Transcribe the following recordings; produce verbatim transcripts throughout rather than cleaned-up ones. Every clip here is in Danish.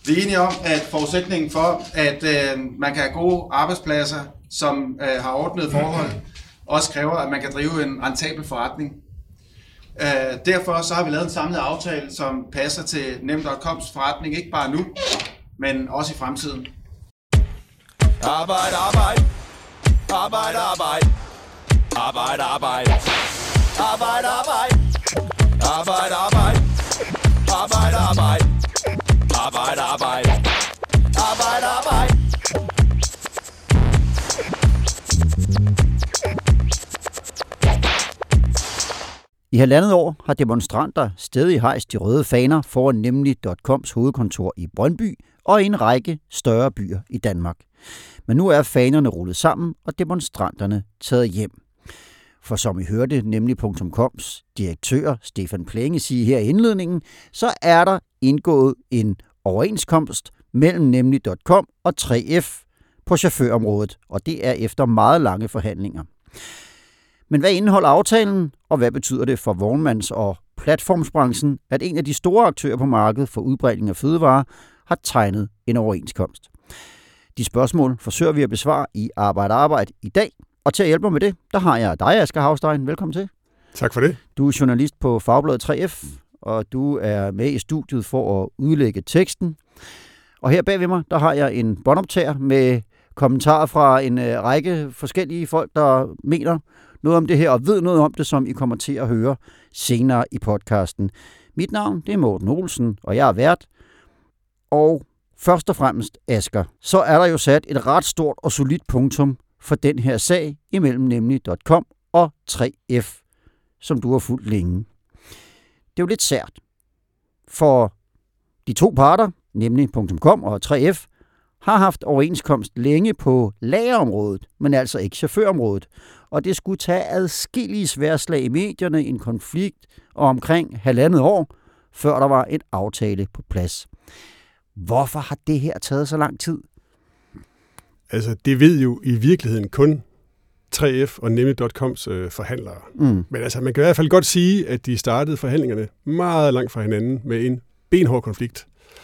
Vi er enige om, at forudsætningen for, at øh, man kan have gode arbejdspladser, som øh, har ordnede forhold, også kræver, at man kan drive en rentabel forretning. Øh, derfor så har vi lavet en samlet aftale, som passer til nem punktum coms forretning, ikke bare nu, men også i fremtiden. Arbejde, arbejde. Arbejde, arbejde. Arbejde, arbejde. Arbejde, arbejde. Arbejde, arbejde. Arbejde, arbejde. Arbejde, arbejde. Arbejde, arbejde. I halvandet år har demonstranter stadig hejst de røde faner foran nemlig punktum coms hovedkontor i Brøndby og i en række større byer i Danmark. Men nu er fanerne rullet sammen, og demonstranterne taget hjem. For som I hørte nemlig punktum coms direktør Stefan Plenge sige her i indledningen, så er der indgået en overenskomst mellem nemlig punktum com og tre F på chaufførområdet, og det er efter meget lange forhandlinger. Men hvad indeholder aftalen, og hvad betyder det for vognmands- og platformsbranchen, at en af de store aktører på markedet for udbringning af fødevarer har tegnet en overenskomst? De spørgsmål forsøger vi at besvare i Arbejde Arbejde i dag, og til at hjælpe mig med det, der har jeg dig, Asger Haustein. Velkommen til. Tak for det. Du er journalist på Fagbladet tre F, og du er med i studiet for at udlægge teksten. Og her bag ved mig, der har jeg en båndoptager med kommentarer fra en øh, række forskellige folk, der mener noget om det her, og ved noget om det, som I kommer til at høre senere i podcasten. Mit navn, det er Morten Olsen, og jeg er vært. Og først og fremmest, Asger, så er der jo sat et ret stort og solidt punktum for den her sag imellem nemlig punktum com og tre F, som du har fulgt længe. Det er jo lidt sært, for de to parter, nemlig punktum com og tre F, har haft overenskomst længe på lagerområdet, men altså ikke chaufførområdet. Og det skulle tage adskillige sværslag i medierne, en konflikt og omkring halvandet år, før der var en aftale på plads. Hvorfor har det her taget så lang tid? Altså, det ved jo i virkeligheden kun tre F og nemlig punktum coms øh, forhandlere. Mm. Men altså, man kan i hvert fald godt sige, at de startede forhandlingerne meget langt fra hinanden med en benhård konflikt.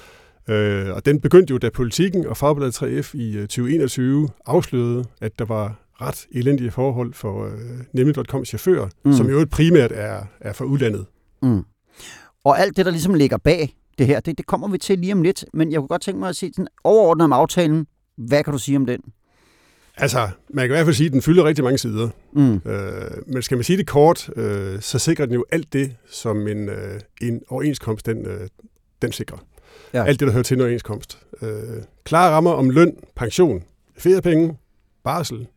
Øh, og den begyndte jo, da Politikken og Fagbladet tre F i tyve enogtyve afslørede, at der var ret elendige forhold for øh, nemlig punktum coms chauffører, mm. som jo primært er, er fra udlandet. Mm. Og alt det, der ligesom ligger bag det her, det, det kommer vi til lige om lidt, men jeg kunne godt tænke mig at se den overordnet om aftalen. Hvad kan du sige om den? Altså, man kan i hvert fald sige, at den fylder rigtig mange sider. Mm. Øh, men skal man sige det kort, øh, så sikrer den jo alt det, som en, øh, en overenskomst den, øh, den sikrer. Ja. Alt det, der hører til en overenskomst. Øh, klare rammer om løn, pension, feriepenge, barsel,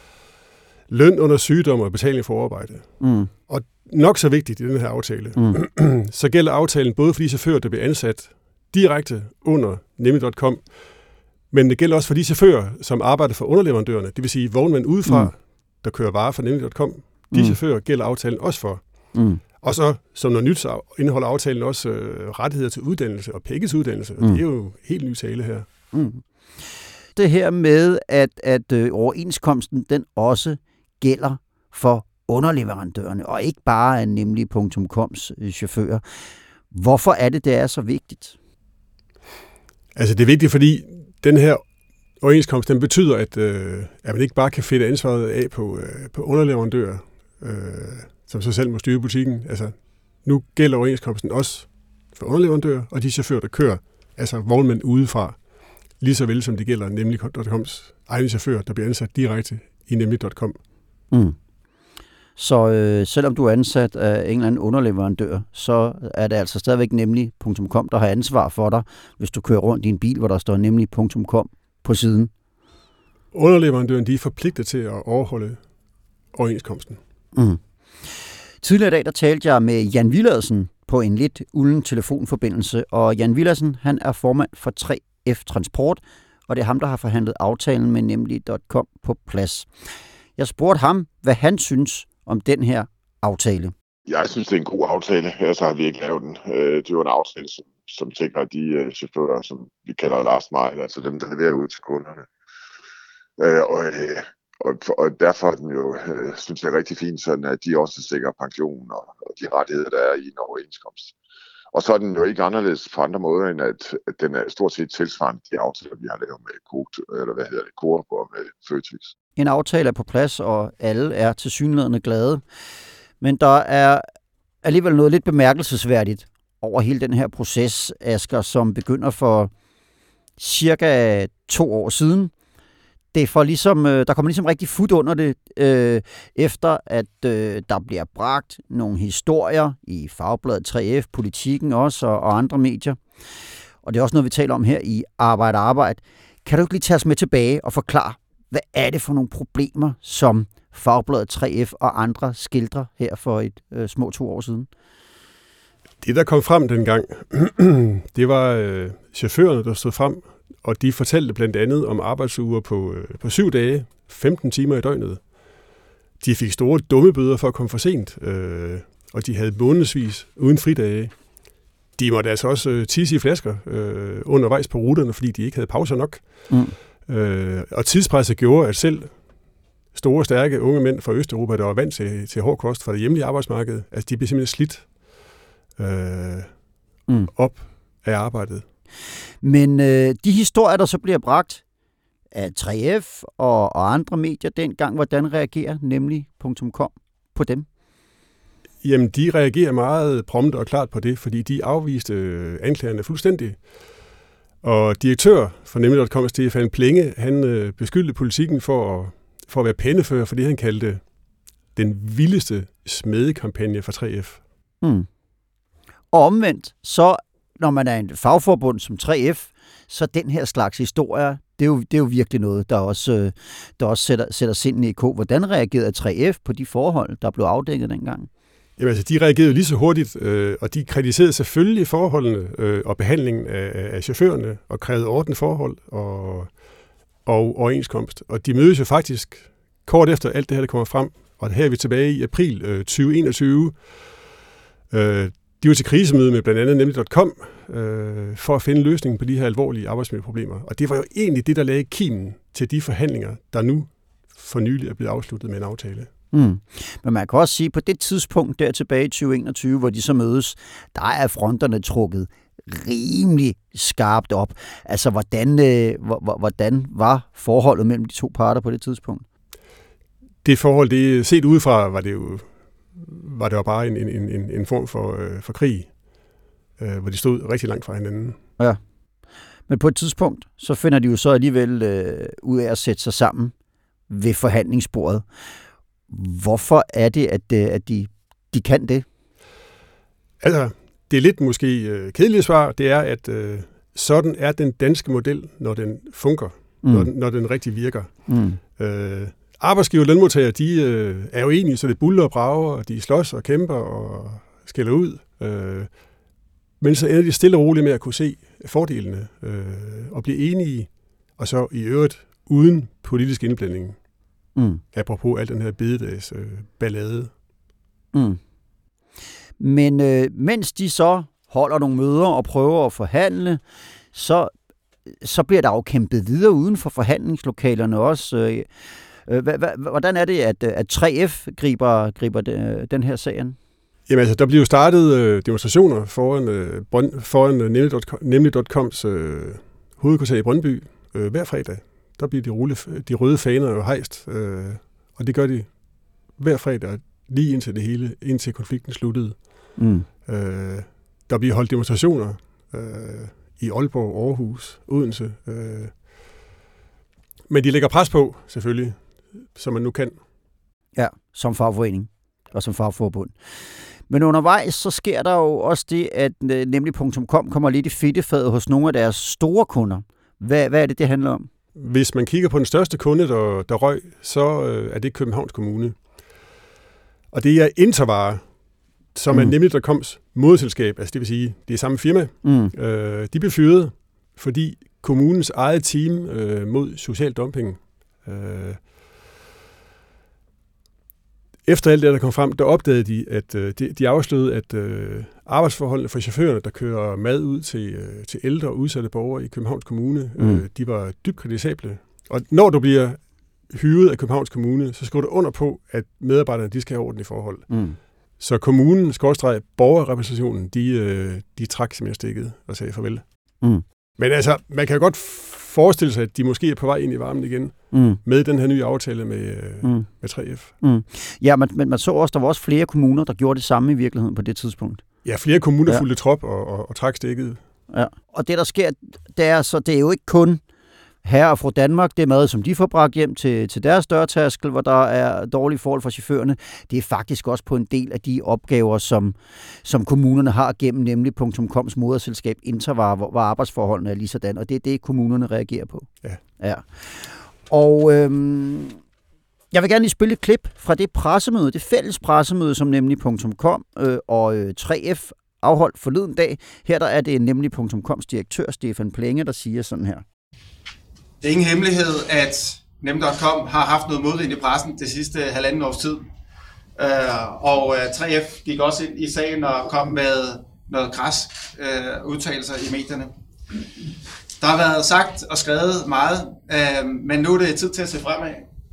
løn under sygdom og betaling for arbejde. Mm. Og nok så vigtigt i den her aftale, mm. så gælder aftalen både for de chauffører, der bliver ansat direkte under nemlig punktum com, men det gælder også for de chauffører, som arbejder for underleverandørerne, det vil sige vognmænd udefra, mm. der kører varer for nemlig punktum com. De mm. chauffører gælder aftalen også for. Mm. Og så, som noget nyt, indeholder aftalen også øh, rettigheder til uddannelse og P E G S uddannelse. Mm. Det er jo helt ny tale her. Mm. Det her med, at, at øh, overenskomsten den også gælder for underleverandørerne, og ikke bare er nemlig punktum coms øh, chauffører. Hvorfor er det, det er så vigtigt? Altså, det er vigtigt, fordi den her overenskomst, den betyder, at, øh, at man ikke bare kan fedte ansvaret af på, øh, på underleverandører, øh, som så selv må styre butikken. Altså, nu gælder overenskomsten også for underleverandører og de chauffører, der kører, altså vognmænd udefra, lige så vel som det gælder nemlig punktum coms egne chauffører, der bliver ansat direkte i nemlig punktum com. Mm. Så øh, selvom du er ansat af en eller anden underleverandør, så er det altså stadigvæk nemlig punktum com, der har ansvar for dig, hvis du kører rundt i en bil, hvor der står nemlig punktum com på siden. Underleverandøren, de er forpligtet til at overholde overenskomsten. Mm. Tidligere i dag, der talte jeg med Jan Villadsen på en lidt ulden telefonforbindelse, og Jan Villadsen, han er formand for tre F Transport, og det er ham, der har forhandlet aftalen med nemlig punktum com på plads. Jeg spurgte ham, hvad han synes om den her aftale. Jeg synes, det er en god aftale. Ellers har vi ikke lavet den. Det er jo en aftale, som, som sikrer de chauffører, som vi kalder last mile, altså dem, der leverer ud til kunderne. Og, og, og derfor er den jo, synes jeg, rigtig fint, sådan at de også sikrer pension og, og de rettigheder, der er i en overenskomst. Og så er den jo ikke anderledes på andre måder, end at, at den er stort set tilsvarende de aftaler, vi har lavet med Coop, eller hvad hedder det, Coop og med Føtex. En aftale er på plads, og alle er tilsyneladende glade. Men der er alligevel noget lidt bemærkelsesværdigt over hele den her proces, Asger, som begynder for cirka to år siden. Det er for ligesom, der kommer ligesom rigtig fut under det, øh, efter at øh, der bliver bragt nogle historier i Fagbladet tre F, Politikken også, og, og andre medier. Og det er også noget, vi taler om her i Arbejde Arbejde. Kan du ikke lige tage os med tilbage og forklare, hvad er det for nogle problemer, som Fagbladet tre F og andre skildrer her for et øh, små to år siden? Det, der kom frem dengang, det var øh, chaufførerne, der stod frem, og de fortalte blandt andet om arbejdsuger på, øh, på syv dage, femten timer i døgnet. De fik store dumme bøder for at komme for sent, øh, og de havde månedsvis uden fridage. De måtte altså også øh, tisse i flasker øh, undervejs på ruterne, fordi de ikke havde pauser nok. Mm. Øh, og tidspresset gjorde, at selv store, stærke unge mænd fra Østeuropa, der var vant til, til hård kost fra det hjemlige arbejdsmarked, altså de blev simpelthen slidt øh, mm. op af arbejdet. Men øh, de historier, der så bliver bragt af tre F og, og andre medier dengang, hvordan reagerer nemlig punktum com på dem? Jamen, de reagerer meget prompt og klart på det, fordi de afviste anklagerne fuldstændig. Og direktør for nemlig punktum com, Stefan Plenge, han øh, beskyldte Politikken for at, for at være pennefører for det, han kaldte den vildeste smedekampagne for tre F. Mm. Og omvendt, så når man er en fagforbund som tre F, så den her slags historier, det er jo, det er jo virkelig noget, der også, der også sætter, sætter sindene i kog. Hvordan reagerede tre F på de forhold, der blev afdækket dengang? Jamen altså, de reagerede lige så hurtigt, øh, og de kritiserede selvfølgelig forholdene øh, og behandlingen af, af chaufførerne, og krævede ordentlige forhold og, og overenskomst. Og de mødes jo faktisk kort efter alt det her, der kommer frem, og her er vi tilbage i april øh, tyve enogtyve. Øh, de var til krisemøde med blandt andet nemlig punktum com øh, for at finde løsningen på de her alvorlige arbejdsmiljøproblemer. Og det var jo egentlig det, der lagde kimen til de forhandlinger, der nu for nylig er blevet afsluttet med en aftale. Mm. Men man kan også sige, at på det tidspunkt der tilbage i tyve enogtyve, hvor de så mødes, der er fronterne trukket rimelig skarpt op. Altså, hvordan, øh, hvordan var forholdet mellem de to parter på det tidspunkt? Det forhold, det set udefra, var det jo var det jo bare en, en, en, en form for, øh, for krig, øh, hvor de stod rigtig langt fra hinanden. Ja. Men på et tidspunkt, så finder de jo så alligevel øh, ud af at sætte sig sammen ved forhandlingsbordet. Hvorfor er det, at, at de, de kan det? Altså, det er lidt måske øh, kedeligt svar, det er, at øh, sådan er den danske model, når den fungerer, mm. når, den, når den rigtig virker. Mm. Øh, arbejdsgiver og lønmodtagere, de øh, er jo enige, så det buller og brager, og de slås og kæmper og skælder ud. Øh, men så ender de stille og roligt med at kunne se fordelene øh, og blive enige, og så i øvrigt uden politisk indblanding. Mm. Apropos al den her bededags øh, ballade. Mm. Men øh, mens de så holder nogle møder og prøver at forhandle, så, så bliver der jo kæmpet videre uden for forhandlingslokalerne også. Øh, øh, hvordan er det, at, at tre F griber, griber de, den her sagen? Jamen altså, der bliver jo startet øh, demonstrationer foran, øh, Brøn, foran øh, nemlig punktum coms øh, hovedkvarter i Brøndby øh, hver fredag. Der bliver de, rulle, de røde faner jo hejst, øh, og det gør de hver fredag, lige indtil det hele, indtil konflikten sluttede. Mm. Øh, der bliver holdt demonstrationer øh, i Aalborg, Aarhus, Odense. Øh. Men de lægger pres på, selvfølgelig, som man nu kan. Ja, som fagforening og som fagforbund. Men undervejs, så sker der jo også det, at nemlig punktum com kommer lidt i fedtefadet hos nogle af deres store kunder. Hvad, hvad er det, det handler om? Hvis man kigger på den største kunde, der, der røg, så øh, er det Københavns Kommune. Og det er Intervare, som mm. er nemlig punktum coms moderselskab, altså det vil sige, det er samme firma. Mm. Øh, de blev fyret, fordi kommunens eget team øh, mod social dumping. Øh, efter alt det, der kom frem, der opdagede de, at øh, de, de afslørede, at øh, arbejdsforholdene for chaufførerne, der kører mad ud til, øh, til ældre og udsatte borgere i Københavns Kommune, mm. øh, de var dybt kritisable. Og når du bliver hyret af Københavns Kommune, så skriver du under på, at medarbejderne de skal have ordentlige forhold. Mm. Så kommunen, skorstræk, borgerrepræsentationen, de, øh, de trak simpelthen stikket og sagde farvel. Mm. Men altså, man kan godt forestille sig, at de måske er på vej ind i varmen igen, mm. med den her nye aftale med, mm. med tre F. Mm. Ja, men, men man så også, der var også flere kommuner, der gjorde det samme i virkeligheden på det tidspunkt. Ja, flere kommuner ja. fulgte trop og, og, og trak stikket. Ja, og det der sker, det er, så det er jo ikke kun herre og fru Danmark, det er mad, som de får bragt hjem til, til deres dørtaskel, hvor der er dårlige forhold for chaufførerne. Det er faktisk også på en del af de opgaver, som, som kommunerne har gennem, nemlig punktum coms moderselskab Intervar, hvor, hvor arbejdsforholdene er lige sådan, og det er det, kommunerne reagerer på. Ja. Ja. Og øhm, jeg vil gerne lige spille et klip fra det pressemøde, det fælles pressemøde, som nemlig punktum com øh, og øh, tre F afholdt forleden dag. Her der er det nemlig punktum coms direktør Stefan Plenge, der siger sådan her. Det er ingen hemmelighed, at nem punktum com har haft noget modvind i pressen det sidste halvanden års tid. Uh, og uh, tre F gik også ind i sagen og kom med noget kras uh, udtalelser i medierne. Der har været sagt og skrevet meget, uh, men nu er det tid til at se fremad.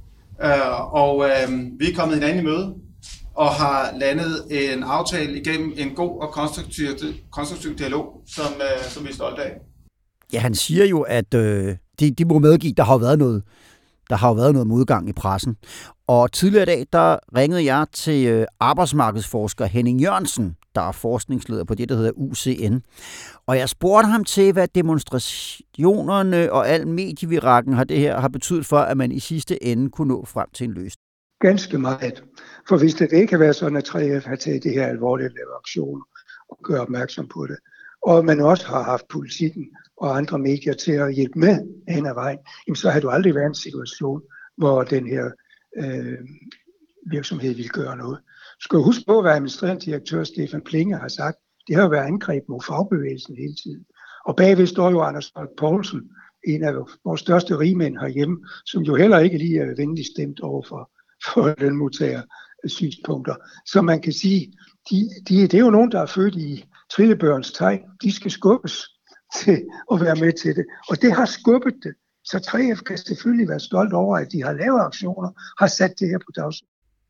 Uh, og uh, vi er kommet hinanden i møde og har landet en aftale igennem en god og konstruktiv, konstruktiv dialog, som, uh, som vi er stolte af. Ja, han siger jo, at øh, de, de må medgive, der har jo været noget, der har jo været noget modgang i pressen. Og tidligere i dag, der ringede jeg til øh, arbejdsmarkedsforsker Henning Jørgensen, der er forskningsleder på det, der hedder U C N. Og jeg spurgte ham til, hvad demonstrationerne og al medievirakken har det her har betydet for, at man i sidste ende kunne nå frem til en løsning. Ganske meget. For hvis det ikke kan være sådan, at tre F har taget det her alvorligt lave aktioner og gør opmærksom på det, og man også har haft Politikken og andre medier til at hjælpe med hen ad vejen, jamen så har du aldrig været en situation, hvor den her øh, virksomhed vil gøre noget. Du skal huske på, hvad administrerende direktør Stefan Plenge har sagt. Det har jo været angreb mod fagbevægelsen hele tiden. Og bagved står jo Anders Poulsen, en af vores største rigmænd herhjemme, som jo heller ikke lige er venligt stemt over for, for lønmodtager synspunkter. Så man kan sige, de, de, det er jo nogen, der er født i trillebørns tegn. De skal skubbes til at være med til det. Og det har skubbet det. Så tre F kan selvfølgelig være stolt over, at de har lavet aktioner, har sat det her på dagsordenen.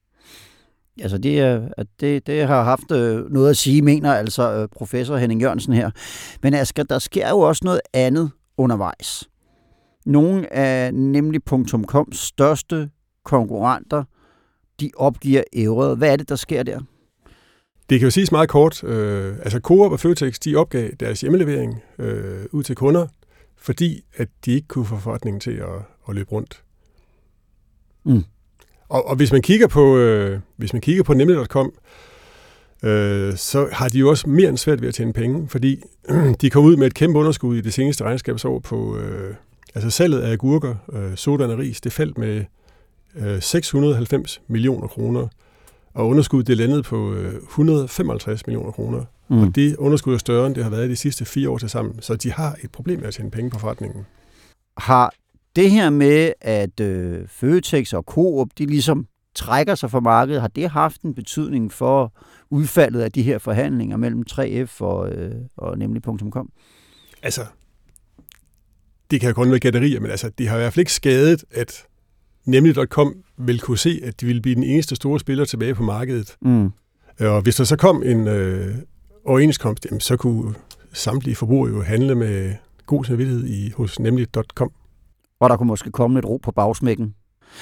Altså det, at det, det har haft noget at sige, mener altså professor Henning Jørgensen her. Men Asger, der sker jo også noget andet undervejs. Nogle af nemlig punktum coms største konkurrenter, de opgiver ævret. Hvad er det, der sker der? Det kan jo siges meget kort. Øh, altså Coop og Føtex, de opgav deres hjemmelevering øh, ud til kunder, fordi at de ikke kunne få forretningen til at, at løbe rundt. Mm. Og, og hvis man kigger på øh, hvis man kigger på nemlig punktum com, øh, så har de jo også mere end svært ved at tjene penge, fordi øh, de kom ud med et kæmpe underskud i det seneste regnskabsår på øh, altså salget af agurker, øh, sodaen og ris. Det faldt med øh, seks hundrede og halvfems millioner kroner. Og underskuddet det landede på et hundrede og femoghalvtreds millioner kroner. Mm. Og det underskud er større, end det har været de sidste fire år til sammen. Så de har et problem med at tjene penge på forretningen. Har det her med, at øh, Føtex og Coop, de ligesom trækker sig fra markedet, har det haft en betydning for udfaldet af de her forhandlinger mellem tre F og, øh, og nemlig punktum com? Altså, det kan jo kun være gætterier, men altså, det har i hvert fald ikke skadet, at nemlig punktum com vil kunne se, at de ville blive den eneste store spiller tilbage på markedet. Mm. Og hvis der så kom en øh, overenskomst, jamen, så kunne samtlige forbrugere jo handle med god samvittighed i, hos nemlig punktum com. Og der kunne måske komme lidt ro på bagsmækken.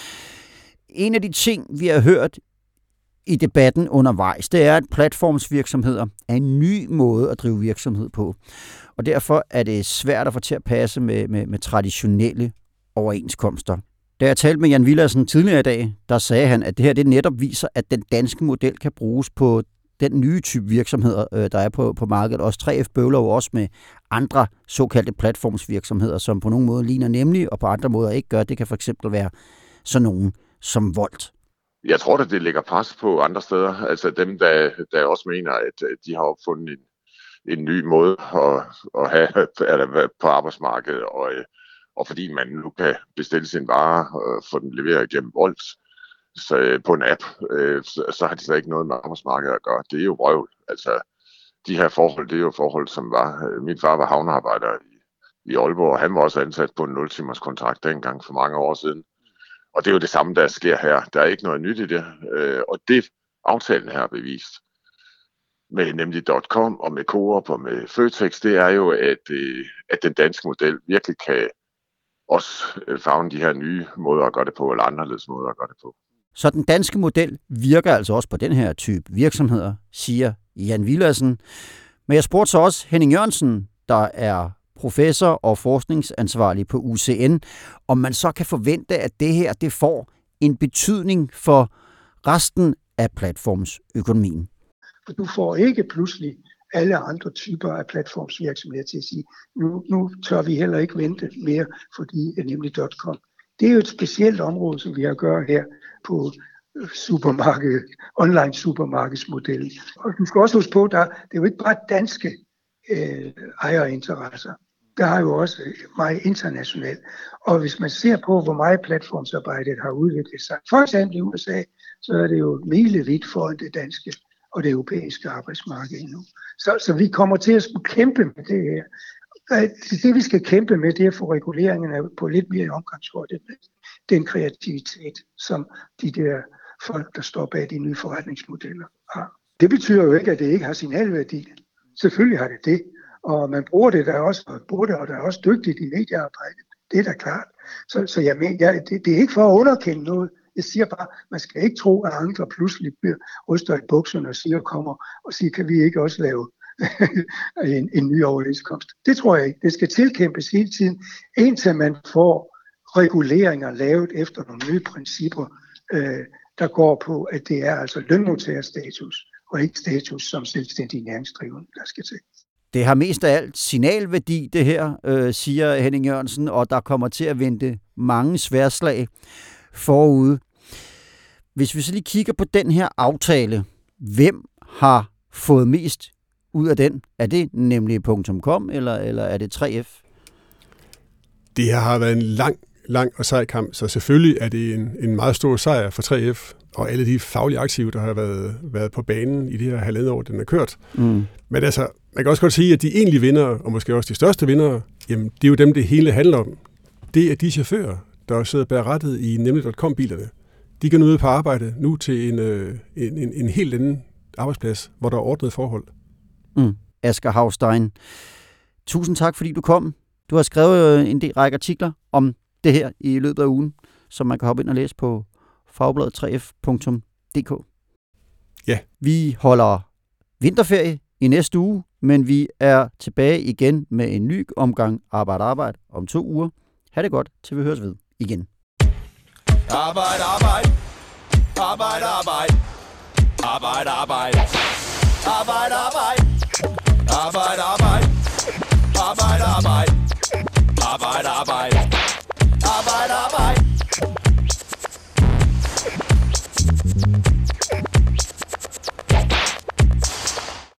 En af de ting, vi har hørt i debatten undervejs, det er, at platformsvirksomheder er en ny måde at drive virksomhed på. Og derfor er det svært at få til at passe med, med, med traditionelle overenskomster. Da jeg talte med Jan Villadsen tidligere i dag, der sagde han, at det her det netop viser, at den danske model kan bruges på den nye type virksomheder, der er på, på markedet. Også tre F bøvler jo også med andre såkaldte platformsvirksomheder, som på nogle måder ligner nemlig, og på andre måder ikke gør. Det kan for eksempel være sådan nogen som Volt. Jeg tror, at det lægger pres på andre steder. Altså dem, der, der også mener, at de har opfundet en, en ny måde at, at have på arbejdsmarkedet, og Og fordi man nu kan bestille sin vare og få den leveret gennem Volt så, på en app, øh, så, så har de så ikke noget med arbejdsmarkedet at gøre. Det er jo vrøvl. Altså, de her forhold, det er jo forhold, som var... Min far var havnearbejder i, i Aalborg, og han var også ansat på en nul-timers kontrakt dengang for mange år siden. Og det er jo det samme, der sker her. Der er ikke noget nyt i det. Øh, og det aftalen her har bevist, med nemlig .com og med Coop og med Føtex, det er jo, at, øh, at den danske model virkelig kan også favne de her nye måder at gøre det på, eller anderledes måder at gøre det på. Så den danske model virker altså også på den her type virksomheder, siger Jan Villadsen. Men jeg spurgte så også Henning Jørgensen, der er professor og forskningsansvarlig på U C N, om man så kan forvente, at det her det får en betydning for resten af platformsøkonomien. Du får ikke pludselig alle andre typer af platformsvirksomheder til at sige, nu, nu tør vi heller ikke vente mere, fordi nemlig .com. Det er jo et specielt område, som vi har at gøre her på supermarked, online supermarkedsmodellen. Og du skal også huske på, at det er jo ikke bare danske øh, ejerinteresser. Der har jo også meget internationalt. Og hvis man ser på, hvor meget platformsarbejdet har udviklet sig, for eksempel i U S A, så er det jo milevidt foran det danske og det europæiske arbejdsmarked nu. Så, så vi kommer til at skulle kæmpe med det her. Det vi skal kæmpe med, det er at få reguleringerne på lidt mere omgangshøjde med den kreativitet, som de der folk, der står bag de nye forretningsmodeller, har. Det betyder jo ikke, at det ikke har signalværdi. Selvfølgelig har det det, og man bruger det der også, og bruger det, og der er også dygtigt i mediearbejdet. Det er da klart. Så, så jeg mener, jeg, det, det er ikke for at underkende noget. Jeg siger bare, man skal ikke tro, at andre pludselig bliver ryster i bukserne og siger, kommer og siger, kan vi ikke også lave en, en ny overenskomst. Det tror jeg ikke. Det skal tilkæmpes hele tiden, indtil man får reguleringer lavet efter nogle nye principper, øh, der går på, at det er altså lønmodtagerstatus, og ikke status som selvstændig næringsdrivende, der skal til. Det har mest af alt signalværdi, det her, øh, siger Henning Jørgensen, og der kommer til at vente mange sværslag forude. Hvis vi så lige kigger på den her aftale, hvem har fået mest ud af den? Er det nemlig .com, eller, eller er det tre F? Det her har været en lang, lang og sej kamp, så selvfølgelig er det en, en meget stor sejr for tre F, og alle de faglige aktive, der har været, været på banen i de her halvandet år, den er kørt. Mm. Men altså, man kan også godt sige, at de egentlige vindere, og måske også de største vindere, jamen, det er jo dem, det hele handler om. Det er de chauffører, der sidder bag rattet i nemlig punktum com-bilerne. De går nu ud på arbejde nu til en, en, en, en helt anden arbejdsplads, hvor der er ordnet forhold. Mm. Asger Haustein, tusind tak, fordi du kom. Du har skrevet en del række artikler om det her i løbet af ugen, som man kan hoppe ind og læse på fagbladet tre f punktum d k. Ja. Vi holder vinterferie i næste uge, men vi er tilbage igen med en ny omgang Arbejde Arbejde om to uger. Ha' det godt, til vi høres ved igen. Arbejde, arbejde. Arbejde, arbejde. Arbejde, arbejde. Arbejde, arbejde. Arbejde, arbejde. Arbejde, arbejde. Arbejde, arbejde. Arbejde, arbejde.